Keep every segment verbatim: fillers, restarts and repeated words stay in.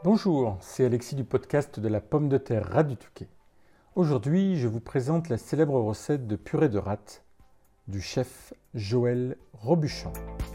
Bonjour, c'est Alexis du podcast de la pomme de terre rat du Touquet. Aujourd'hui, je vous présente la célèbre recette de purée de rate du chef Joël Robuchon.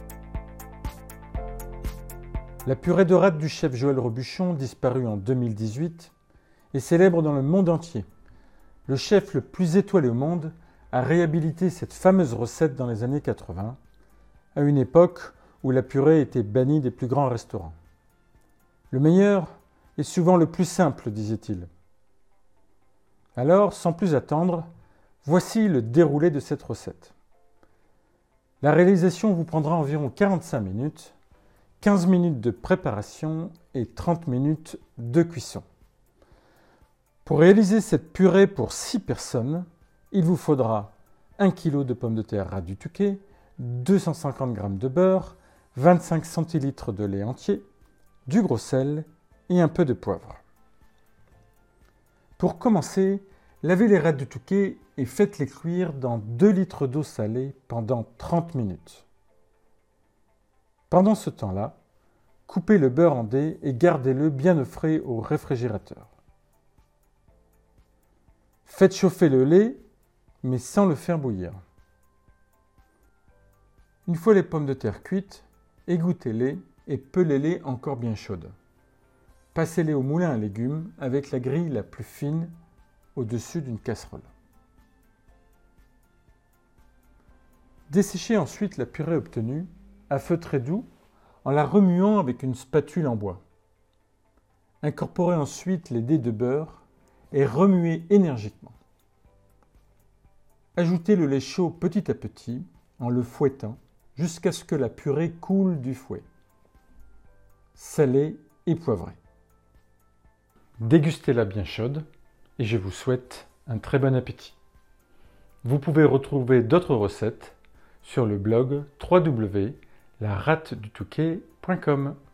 La purée de rate du chef Joël Robuchon, disparue en deux mille dix-huit, est célèbre dans le monde entier. Le chef le plus étoilé au monde a réhabilité cette fameuse recette dans les années quatre-vingts, à une époque où la purée était bannie des plus grands restaurants. Le meilleur est souvent le plus simple, disait-il. Alors, sans plus attendre, voici le déroulé de cette recette. La réalisation vous prendra environ quarante-cinq minutes, quinze minutes de préparation et trente minutes de cuisson. Pour réaliser cette purée pour six personnes, il vous faudra un kilo de pommes de terre rat du Touquet, deux cent cinquante grammes de beurre, vingt-cinq centilitres de lait entier, du gros sel et un peu de poivre. Pour commencer, lavez les rats du Touquet et faites-les cuire dans deux litres d'eau salée pendant trente minutes. Pendant ce temps-là, coupez le beurre en dés et gardez-le bien au frais au réfrigérateur. Faites chauffer le lait, mais sans le faire bouillir. Une fois les pommes de terre cuites, égouttez-les et pelez-les encore bien chaudes. Passez-les au moulin à légumes avec la grille la plus fine au-dessus d'une casserole. Desséchez ensuite la purée obtenue à feu très doux en la remuant avec une spatule en bois. Incorporez ensuite les dés de beurre et remuez énergiquement. Ajoutez le lait chaud petit à petit en le fouettant jusqu'à ce que la purée coule du fouet. Salée et poivrée. Dégustez-la bien chaude et je vous souhaite un très bon appétit. Vous pouvez retrouver d'autres recettes sur le blog w w w point la rate du touquet point com.